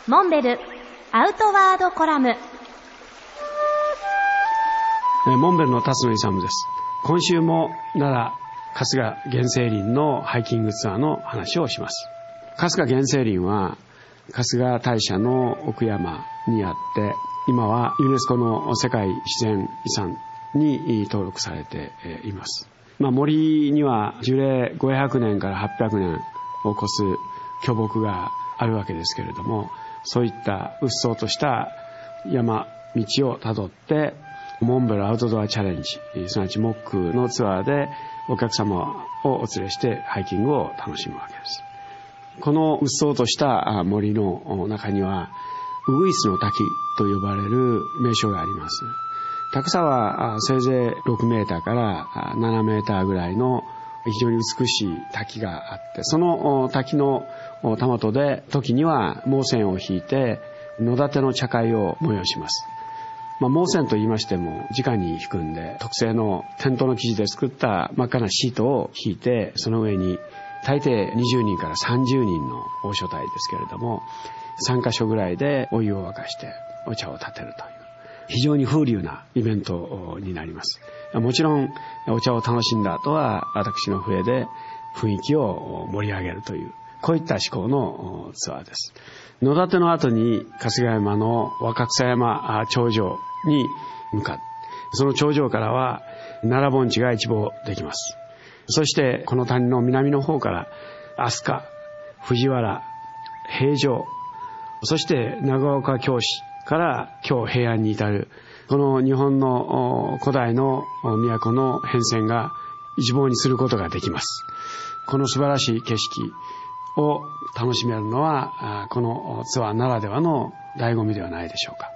モンベルアウトワードコラム。 モンベルの辰野勇です。今週も奈良春日原生林のハイキングツアーの話をします。春日原生林は春日大社の奥山にあって、今はユネスコの世界自然遺産に登録されています。森には樹齢500年から800年を超す巨木があるわけですけれども、そういったうっそうとした山道をたどってモンベルアウトドアチャレンジ、すなわちモックのツアーでお客様をお連れしてハイキングを楽しむわけです。このうっそうとした森の中にはウグイスの滝と呼ばれる名所があります。高さはせいぜい6メーターから7メーターぐらいの非常に美しい滝があって、その滝のたもとで時には毛線を引いて野立ての茶会を催します。毛線と言いましても直に引くんで、特製のテントの生地で作った真っ赤なシートを引いて、その上に大抵20人から30人の大所帯ですけれども、3カ所ぐらいでお湯を沸かしてお茶を立てるという非常に風流なイベントになります。もちろんお茶を楽しんだ後は私の笛で雰囲気を盛り上げるという、こういった趣向のツアーです。野立ての後に春日山の若草山頂上に向かう。その頂上からは奈良盆地が一望できます。そしてこの谷の南の方から飛鳥、藤原、平城、そして長岡京市から今日平安に至る、この日本の古代の都の変遷が一望にすることができます。この素晴らしい景色を楽しめるのはこのツアーならではの醍醐味ではないでしょうか。